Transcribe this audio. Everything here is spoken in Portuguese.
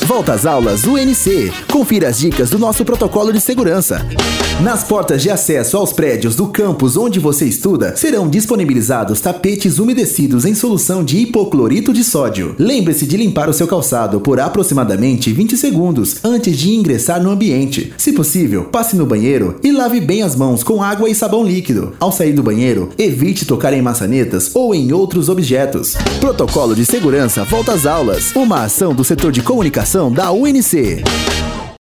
Volta às aulas UNC. Confira as dicas do nosso protocolo de segurança. Nas portas de acesso aos prédios do campus onde você estuda, serão disponibilizados tapetes umedecidos em solução de hipoclorito de sódio. Lembre-se de limpar o seu calçado por aproximadamente 20 segundos antes de ingressar no ambiente. Se possível, passe no banheiro e lave bem as mãos com água e sabão líquido. Ao sair do banheiro, evite tocar em maçanetas ou em outros objetos. Protocolo de segurança volta às aulas. Uma ação do setor de comunicação da UNC.